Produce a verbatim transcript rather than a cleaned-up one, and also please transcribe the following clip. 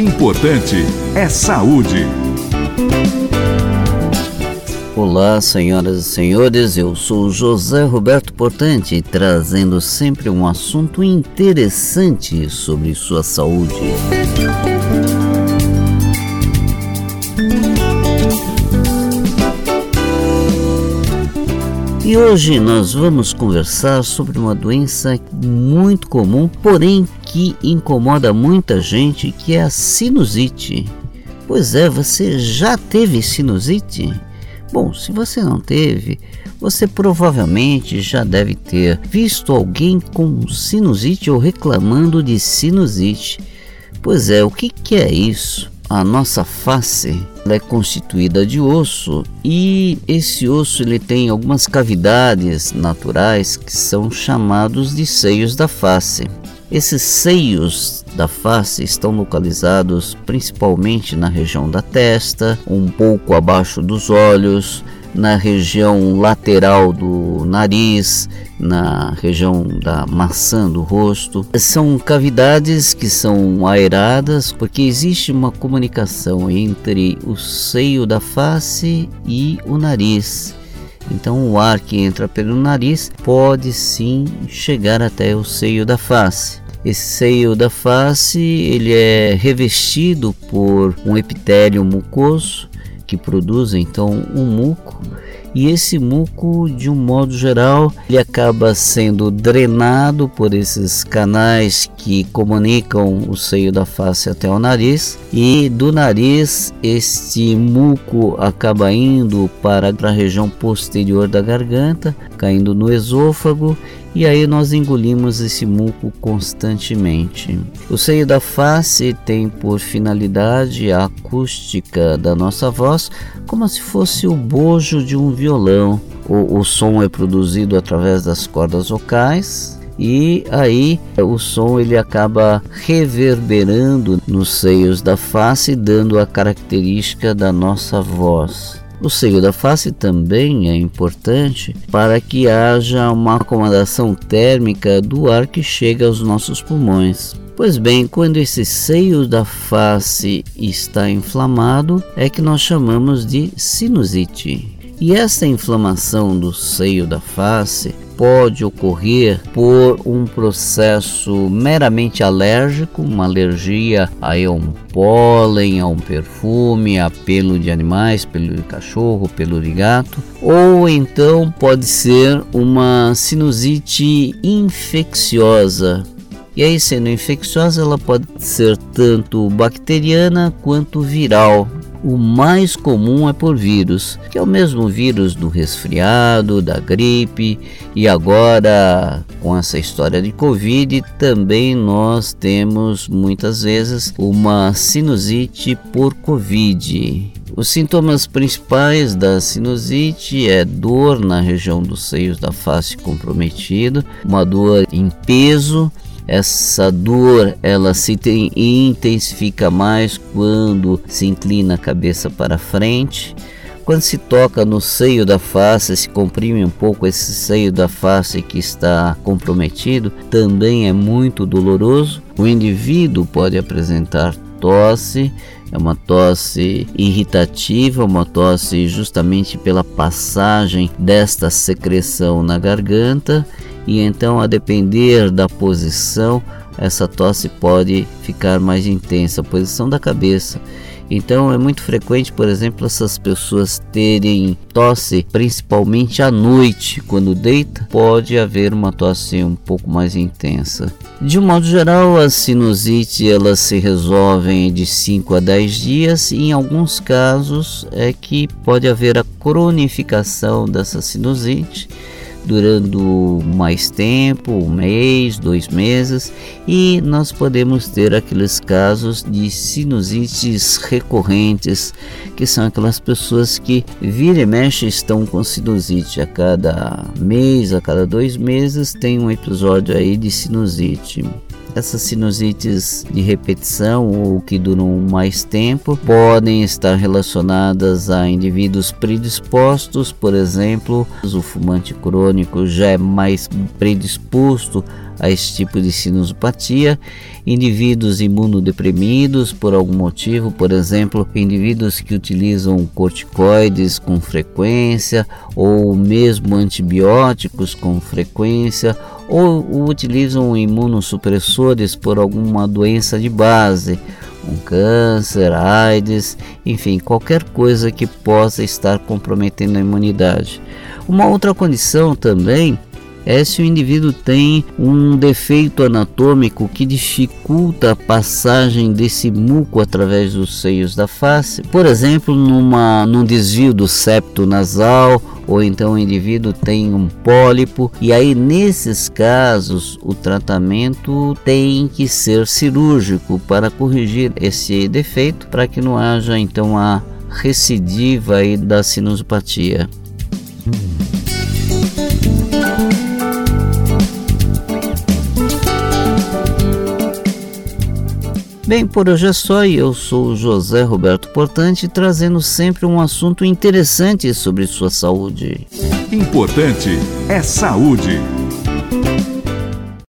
importante é saúde. Olá, senhoras e senhores, eu sou José Roberto Portante, trazendo sempre um assunto interessante sobre sua saúde. E hoje nós vamos conversar sobre uma doença muito comum, porém que incomoda muita gente, que é a sinusite. Pois é, você já teve sinusite? Bom, se você não teve, você provavelmente já deve ter visto alguém com sinusite ou reclamando de sinusite. Pois é, o que, que é isso? A nossa face ela é constituída de osso e esse osso ele tem algumas cavidades naturais que são chamados de seios da face. Esses seios da face estão localizados principalmente na região da testa, um pouco abaixo dos olhos, na região lateral do nariz, na região da maçã do rosto. São cavidades que são aeradas porque existe uma comunicação entre o seio da face e o nariz. Então o ar que entra pelo nariz pode sim chegar até o seio da face. Esse seio da face ele é revestido por um epitélio mucoso que produz então um muco, e esse muco, de um modo geral, ele acaba sendo drenado por esses canais que comunicam o seio da face até o nariz, e do nariz este muco acaba indo para a região posterior da garganta, caindo no esôfago, e aí nós engolimos esse muco constantemente. O seio da face tem por finalidade a acústica da nossa voz, como se fosse o bojo de um violão. O, o som é produzido através das cordas vocais e aí o som ele acaba reverberando nos seios da face, dando a característica da nossa voz. O seio da face também é importante para que haja uma acomodação térmica do ar que chega aos nossos pulmões. Pois bem, quando esse seio da face está inflamado, é que nós chamamos de sinusite. E essa inflamação do seio da face pode ocorrer por um processo meramente alérgico, uma alergia a um pólen, a um perfume, a pelo de animais, pelo de cachorro, pelo de gato, ou então pode ser uma sinusite infecciosa. E aí, sendo infecciosa, ela pode ser tanto bacteriana quanto viral. O mais comum é por vírus, que é o mesmo vírus do resfriado, da gripe, e agora com essa história de Covid também nós temos muitas vezes uma sinusite por Covid. Os sintomas principais da sinusite é dor na região dos seios da face comprometido, uma dor em peso. Essa dor ela se tem, intensifica mais quando se inclina a cabeça para frente. Quando se toca no seio da face, se comprime um pouco esse seio da face que está comprometido, também é muito doloroso. O indivíduo pode apresentar tosse, é uma tosse irritativa, uma tosse justamente pela passagem desta secreção na garganta. E então, a depender da posição, essa tosse pode ficar mais intensa, a posição da cabeça. Então é muito frequente, por exemplo, essas pessoas terem tosse, principalmente à noite, quando deita, pode haver uma tosse um pouco mais intensa. De um modo geral, as sinusites elas se resolvem de cinco a dez dias e em alguns casos é que pode haver a cronificação dessa sinusite, durando mais tempo, um mês, dois meses, e nós podemos ter aqueles casos de sinusites recorrentes, que são aquelas pessoas que vira e mexe estão com sinusite a cada mês, a cada dois meses tem um episódio aí de sinusite. Essas sinusites de repetição ou que duram mais tempo podem estar relacionadas a indivíduos predispostos, por exemplo, o fumante crônico já é mais predisposto a esse tipo de sinusopatia, indivíduos imunodeprimidos por algum motivo, por exemplo, indivíduos que utilizam corticoides com frequência ou mesmo antibióticos com frequência, ou utilizam imunossupressores por alguma doença de base, um câncer, AIDS, enfim, qualquer coisa que possa estar comprometendo a imunidade. Uma outra condição também é se o indivíduo tem um defeito anatômico que dificulta a passagem desse muco através dos seios da face, por exemplo, numa, num desvio do septo nasal, ou então o indivíduo tem um pólipo, e aí nesses casos o tratamento tem que ser cirúrgico para corrigir esse defeito, para que não haja então a recidiva aí da sinusopatia. Bem, por hoje é só, e eu sou o José Roberto Portante, trazendo sempre um assunto interessante sobre sua saúde. Importante é saúde.